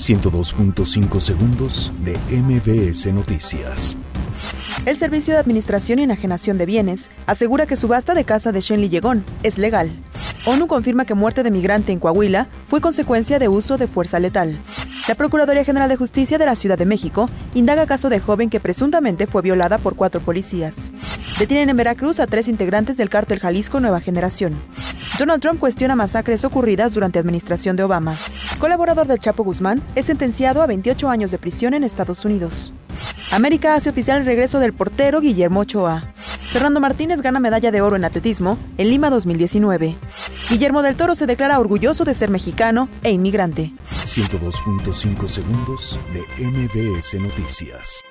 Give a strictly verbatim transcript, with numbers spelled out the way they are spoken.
ciento dos punto cinco segundos de M B S Noticias. El Servicio de Administración y Enajenación de Bienes asegura que subasta de casa de Shenly Llegón es legal. ONU confirma que muerte de migrante en Coahuila fue consecuencia de uso de fuerza letal. La Procuraduría General de Justicia de la Ciudad de México indaga caso de joven que presuntamente fue violada por cuatro policías. Detienen en Veracruz a tres integrantes del cártel Jalisco Nueva Generación. Donald Trump cuestiona masacres ocurridas durante administración de Obama. Colaborador del Chapo Guzmán es sentenciado a veintiocho años de prisión en Estados Unidos. América hace oficial el regreso del portero Guillermo Ochoa. Fernando Martínez gana medalla de oro en atletismo en Lima dos mil diecinueve. Guillermo del Toro se declara orgulloso de ser mexicano e inmigrante. ciento dos punto cinco segundos de M B S Noticias.